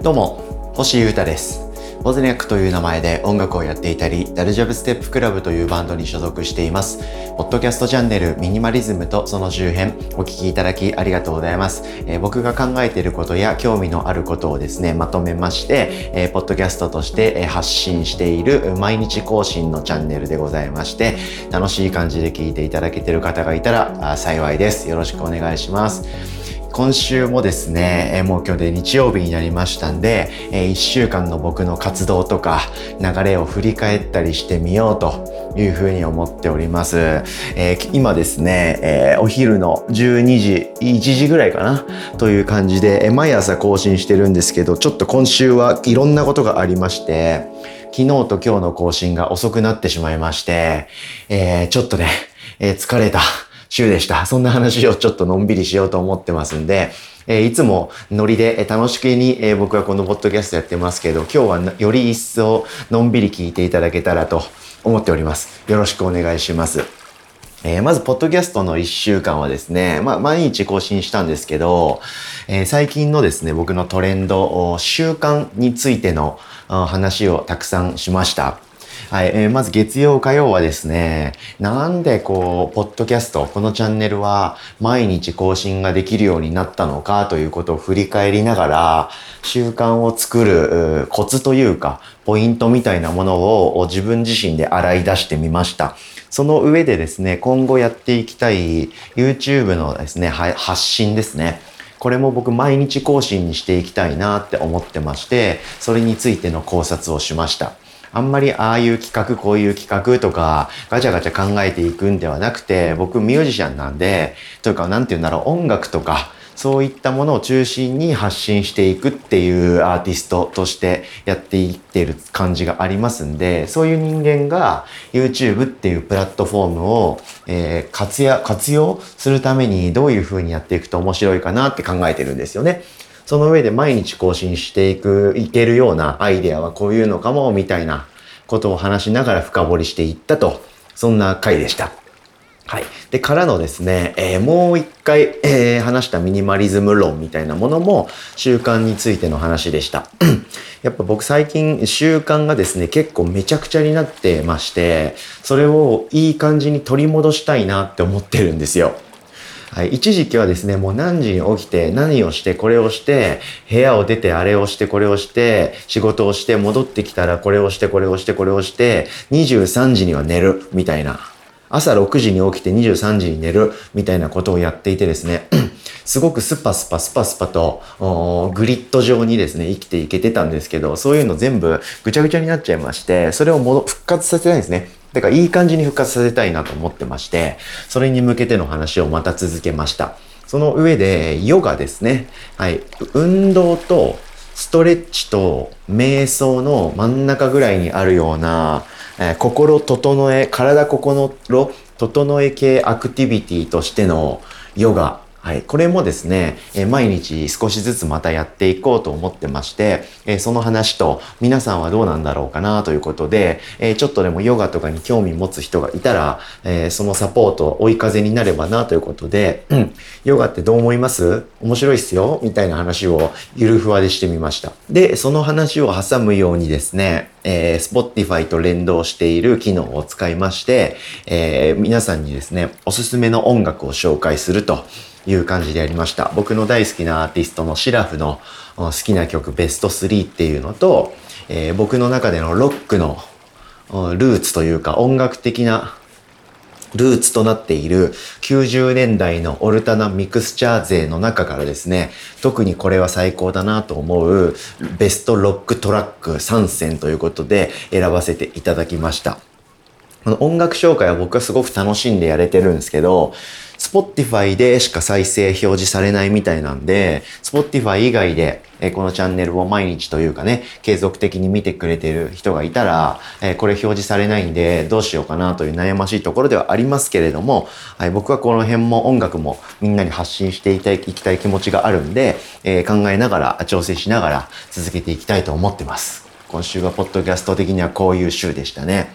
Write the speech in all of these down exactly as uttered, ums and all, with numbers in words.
どうも、星優太です。ボズニャックという名前で音楽をやっていたり、ダルジャブステップクラブというバンドに所属しています。ポッドキャストチャンネルミニマリズムとその周辺、お聞きいただきありがとうございます。えー、僕が考えていることや興味のあることをですね、まとめまして、えー、ポッドキャストとして発信している毎日更新のチャンネルでございまして、楽しい感じで聞いていただけている方がいたら幸いです。よろしくお願いします。今週もですね、もう今日で日曜日になりましたんで、いっしゅうかんの僕の活動とか流れを振り返ったりしてみようというふうに思っております。えー、今ですね、えー、お昼のじゅうにじ、いちじぐらいかなという感じで、毎朝更新してるんですけど、ちょっと今週はいろんなことがありまして、昨日と今日の更新が遅くなってしまいまして、えー、ちょっとね、えー、疲れた週でした。そんな話をちょっとのんびりしようと思ってますんで、えー、いつもノリで楽しくに、えー、僕はこのポッドキャストやってますけど、今日はより一層のんびり聞いていただけたらと思っております。よろしくお願いします。えー、まず、ポッドキャストのいっしゅうかんはですね、まあ、毎日更新したんですけど、えー、最近のですね、僕のトレンド、習慣についての話をたくさんしました。はい、えー、まず月曜火曜はですね、なんでこう、ポッドキャスト、このチャンネルは毎日更新ができるようになったのかということを振り返りながら、習慣を作るコツというか、ポイントみたいなものを自分自身で洗い出してみました。その上でですね、今後やっていきたい YouTube のですね、発信ですね。これも僕毎日更新にしていきたいなって思ってまして、それについての考察をしました。あんまりああいう企画、こういう企画とかガチャガチャ考えていくんではなくて、僕ミュージシャンなんで、というかなんていうんだろう、音楽とかそういったものを中心に発信していくっていうアーティストとしてやっていっている感じがありますんで、そういう人間が YouTube っていうプラットフォームを、えー、活や、活用するためにどういう風にやっていくと面白いかなって考えてるんですよね。その上で毎日更新していく、いけるようなアイデアはこういうのかも、みたいなことを話しながら深掘りしていったと、そんな回でした。はい。で、からのですね、えー、もう一回、えー、話したミニマリズム論みたいなものも習慣についての話でした。やっぱ僕最近習慣がですね、結構めちゃくちゃになってまして、それをいい感じに取り戻したいなって思ってるんですよ。はい、一時期はですね、もう何時に起きて、何をして、これをして、部屋を出て、あれをして、これをして、仕事をして、戻ってきたら、これをして、これをして、これをして、にじゅうさんじには寝る、みたいな。朝ろくじに起きてにじゅうさんじに寝る、みたいなことをやっていてですね、すごくスパスパスパスパとグリッド上にですね、生きていけてたんですけど、そういうの全部ぐちゃぐちゃになっちゃいまして、それを戻復活させたいんですね。だからいい感じに復活させたいなと思ってまして、それに向けての話をまた続けました。その上で、ヨガですね。はい。運動とストレッチと瞑想の真ん中ぐらいにあるような、えー、心整え、体心整え系アクティビティとしてのヨガ。はい。これもですね、えー、毎日少しずつまたやっていこうと思ってまして、えー、その話と皆さんはどうなんだろうかなということで、えー、ちょっとでもヨガとかに興味持つ人がいたら、えー、そのサポート、追い風になればなということで、うん、ヨガってどう思います？面白いっすよみたいな話をゆるふわでしてみました。で、その話を挟むようにですね、えー、Spotify と連動している機能を使いまして、えー、皆さんにですね、おすすめの音楽を紹介するという感じでやりました。僕の大好きなアーティストのシラフの好きな曲ベストスリーっていうのと、えー、僕の中でのロックのルーツというか音楽的なルーツとなっているきゅうじゅうねんだいのオルタナミクスチャー勢の中からですね、特にこれは最高だなと思うベストロックトラックさんせんということで選ばせていただきました。この音楽紹介は僕はすごく楽しんでやれてるんですけど、Spotify でしか再生表示されないみたいなんで、Spotify 以外で、えー、このチャンネルを毎日というかね、継続的に見てくれてる人がいたら、えー、これ表示されないんでどうしようかなという悩ましいところではありますけれども、はい、僕はこの辺も音楽もみんなに発信していたい、いきたい気持ちがあるんで、えー、考えながら、調整しながら続けていきたいと思ってます。今週はポッドキャスト的にはこういう週でしたね。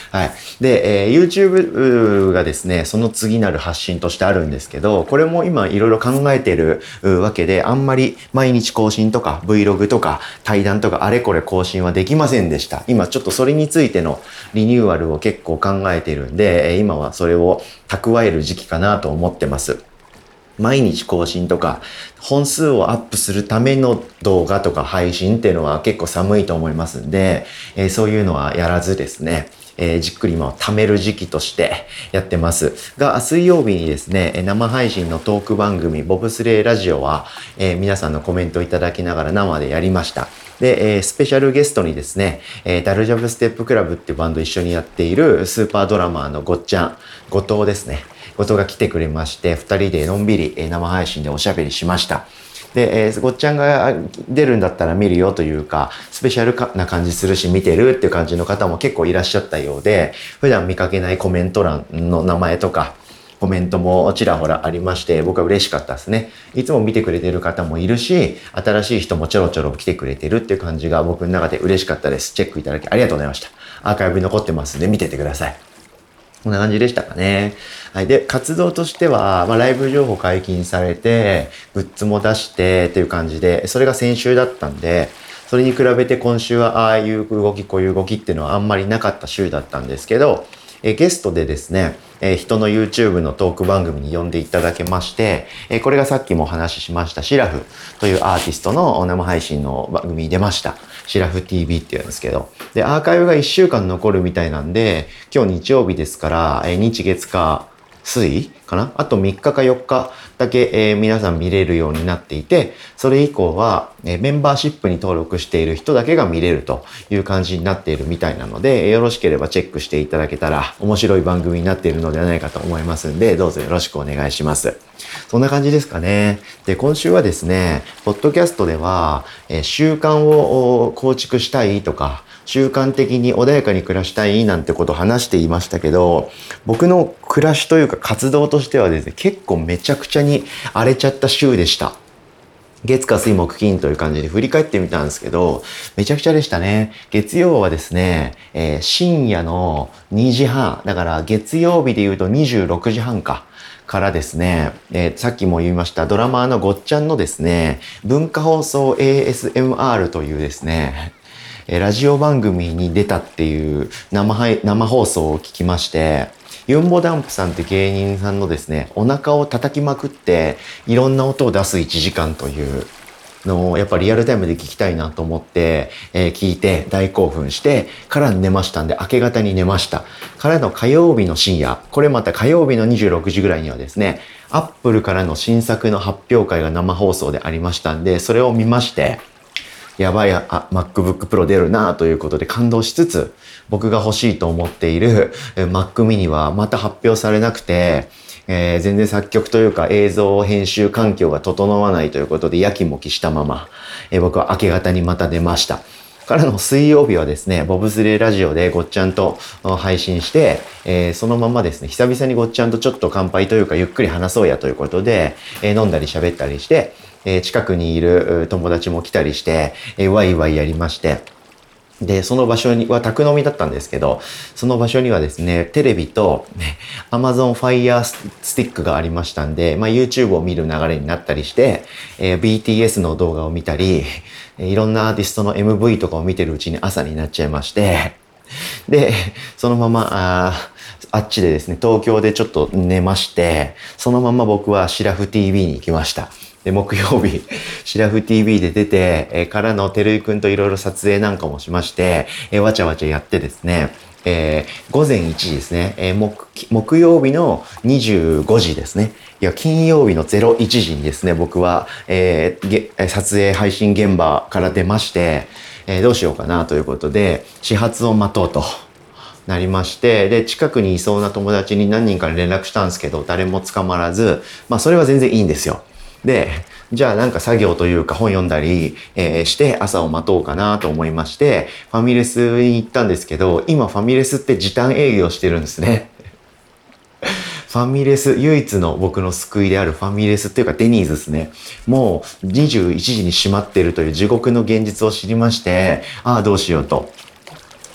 はい。で、えー YouTube がですね、その次なる発信としてあるんですけど、これも今いろいろ考えてるうわけで、あんまり毎日更新とか Vlog とか対談とかあれこれ更新はできませんでした。今ちょっとそれについてのリニューアルを結構考えてるんで、えー今はそれを蓄える時期かなと思ってます。毎日更新とか本数をアップするための動画とか配信っていうのは結構寒いと思いますんで、えーそういうのはやらずですね、えーじっくり今は貯める時期としてやってますが、水曜日にですね、えー生配信のトーク番組ボブスレーラジオは、えー皆さんのコメントをいただきながら生でやりました。で、えースペシャルゲストにですね、えーダルジャブステップクラブっていうバンド一緒にやっているスーパードラマーのごっちゃん、後藤ですね。後藤が来てくれまして、二人でのんびりえー生配信でおしゃべりしました。で、えーごっちゃんが出るんだったら見るよというか、スペシャルな感じするし見てるっていう感じの方も結構いらっしゃったようで、普段見かけないコメント欄の名前とか、コメントもちらほらありまして、僕は嬉しかったですね。いつも見てくれてる方もいるし、新しい人もちょろちょろ来てくれてるっていう感じが僕の中で嬉しかったです。チェックいただきありがとうございました。アーカイブ残ってますんで見ててください。こんな感じでしたかね。はい。で、活動としては、まあ、ライブ情報解禁されて、グッズも出してっていう感じで、それが先週だったんで、それに比べて今週はああいう動き、こういう動きっていうのはあんまりなかった週だったんですけど、えゲストでですね、えー人の YouTube のトーク番組に呼んでいただけまして、えーこれがさっきもお話ししましたシラフというアーティストの生配信の番組に出ました。シラフ ティーブイ っていうんですけど。で、アーカイブがいっしゅうかん残るみたいなんで、今日日曜日ですから、えー日月火水かなあとみっかかよっかだけ、えー皆さん見れるようになっていて、それ以降は、えーメンバーシップに登録している人だけが見れるという感じになっているみたいなので、よろしければチェックしていただけたら面白い番組になっているのではないかと思いますんで、どうぞよろしくお願いします。そんな感じですかね。で、今週はですね、ポッドキャストでは、えー習慣をお構築したいとか、習慣的に穏やかに暮らしたいなんてことを話していましたけど、僕の暮らしというか活動としてはですね、結構めちゃくちゃに荒れちゃった週でした。月火水木金という感じで振り返ってみたんですけど、めちゃくちゃでしたね。月曜はですね、えー深夜のにじはん、だから月曜日で言うとにじゅうろくじはんか。からですね、えーさっきも言いましたドラマーのごっちゃんのですね、文化放送 エーエスエムアール というですね、えーラジオ番組に出たっていう生配生放送を聞きまして、ユンボダンプさんって芸人さんのですね、お腹を叩きまくっていろんな音を出すいちじかんというのをやっぱリアルタイムで聞きたいなと思って、えー聞いて大興奮してから寝ましたんで、明け方に寝ました。からの火曜日の深夜、これまた火曜日のにじゅうろくじぐらいにはですね、アップルからの新作の発表会が生放送でありましたんで、それを見まして、やばい、あ、MacBook Pro 出るなということで感動しつつ、僕が欲しいと思っているえー Mac mini はまた発表されなくて、えー全然作曲というか映像編集環境が整わないということでやきもきしたまま、えー僕は明け方にまた出ました。からの水曜日はですね、ボブスレーラジオでごっちゃんとあ配信して、えーそのままですね、久々にごっちゃんとちょっと乾杯というかゆっくり話そうやということで、えー飲んだり喋ったりして、えー近くにいるう友達も来たりして、えーワイワイやりまして、で、その場所には宅飲みだったんですけど、その場所にはですね、テレビと、ね、Amazon Fire Stick がありましたんで、まあ、YouTube を見る流れになったりして、えー ビーティーエス の動画を見たり、えーいろんなアーティストの エムブイ とかを見てるうちに朝になっちゃいまして、で、そのまま、あー、あっちでですね、東京でちょっと寝まして、そのまま僕はシラフ ティーブイ に行きました。で、木曜日、シラフ ティーブイ で出て、えーからのてるいくんといろいろ撮影なんかもしまして、えーわちゃわちゃやってですね、えー午前いちじですね、えー木、木曜日のにじゅうごじですね。いや、金曜日のれいちじにですね、僕は、えーげ撮影配信現場から出まして、えーどうしようかなということで、始発を待とうと。なりまして、で、近くにいそうな友達に何人かに連絡したんですけど、誰も捕まらず、まあ、それは全然いいんですよ。で、じゃあなんか作業というか本読んだり、えーして朝を待とうかなと思いまして、ファミレスに行ったんですけど、今ファミレスって時短営業してるんですね。ファミレス、唯一の僕の救いであるファミレスっていうかデニーズですね。もうにじゅういちじに閉まっているという地獄の現実を知りまして、ああどうしようと。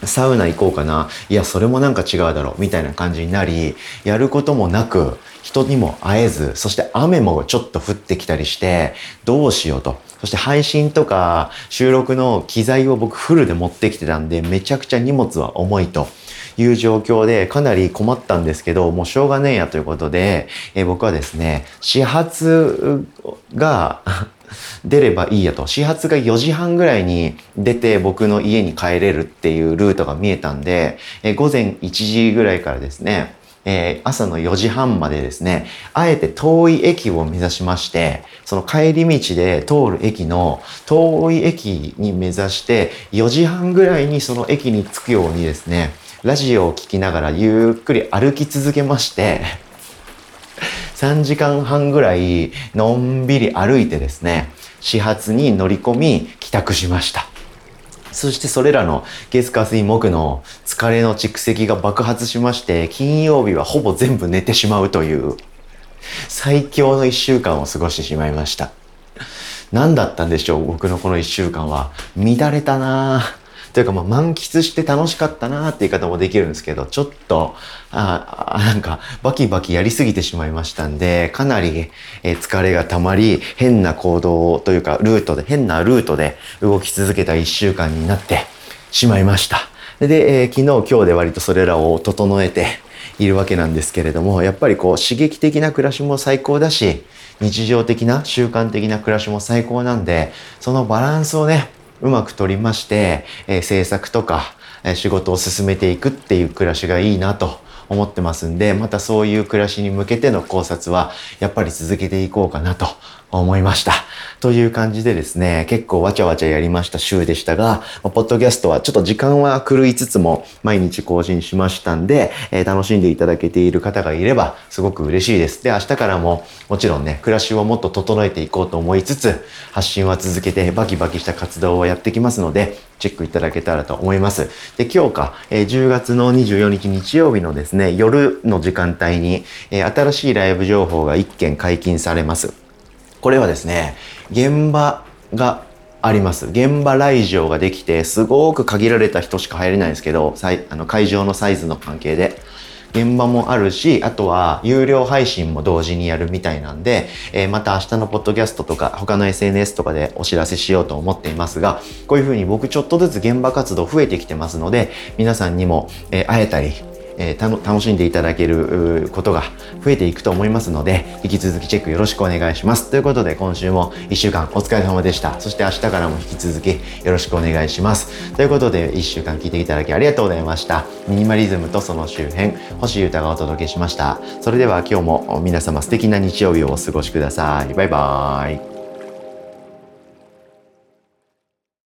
サウナ行こうかな。いや、それもなんか違うだろう。みたいな感じになり、やることもなく、人にも会えず、そして雨もちょっと降ってきたりして、どうしようと。そして配信とか収録の機材を僕フルで持ってきてたんで、めちゃくちゃ荷物は重いという状況でかなり困ったんですけど、もうしょうがねえやということで、えー僕はですね、始発が出ればいいやと。始発がよじはんぐらいに出て僕の家に帰れるっていうルートが見えたんで、えー午前いちじぐらいからですね、えー朝のよじはんまでですね、あえて遠い駅を目指しまして、その帰り道で通る駅の遠い駅に目指して、よじはんぐらいにその駅に着くようにですね、ラジオを聞きながらゆっくり歩き続けまして、さんじかんはんぐらいのんびり歩いてですね、始発に乗り込み帰宅しました。そしてそれらの月火水木の疲れの蓄積が爆発しまして、金曜日はほぼ全部寝てしまうという最強の一週間を過ごしてしまいました。何だったんでしょう、僕のこの一週間は。乱れたなぁ。というか、まあ、満喫して楽しかったなーって言い方もできるんですけど、ちょっと、あなんか、バキバキやりすぎてしまいましたんで、かなり、えー疲れが溜まり、変な行動というか、ルートで、変なルートで動き続けた一週間になってしまいました。で、えー昨日、今日で割とそれらを整えているわけなんですけれども、やっぱりこう、刺激的な暮らしも最高だし、日常的な、習慣的な暮らしも最高なんで、そのバランスをね、うまく取りまして、えー制作とか、えー仕事を進めていくっていう暮らしがいいなと思ってますんで、またそういう暮らしに向けての考察はやっぱり続けていこうかなと思いました。という感じでですね、結構わちゃわちゃやりました週でしたが、まあポッドキャストはちょっと時間は狂いつつも毎日更新しましたんで、えー楽しんでいただけている方がいればすごく嬉しいです。で、明日からももちろんね、暮らしをもっと整えていこうと思いつつ、発信は続けてバキバキした活動をやってきますので、チェックいただけたらと思います。で、今日か、えーじゅうがつのにじゅうよっか日曜日のですね、夜の時間帯に、えー新しいライブ情報がいっけん解禁されます。これはですね、現場があります。現場来場ができて、すごく限られた人しか入れないんですけど、さいあの会場のサイズの関係で。現場もあるし、あとは有料配信も同時にやるみたいなんで、えーまた明日のポッドキャストとか他の エスエヌエス とかでお知らせしようと思っていますが、こういう風に僕ちょっとずつ現場活動増えてきてますので、皆さんにも、えー会えたり、えーたの楽しんでいただけるうーことが増えていくと思いますので、引き続きチェックよろしくお願いします。ということで今週もいっしゅうかんお疲れ様でした。そして明日からも引き続きよろしくお願いします。ということでいっしゅうかん聞いていただきありがとうございました。ミニマリズムとその周辺、星優太がお届けしました。それでは今日も皆様素敵な日曜日をお過ごしください。バイバーイ。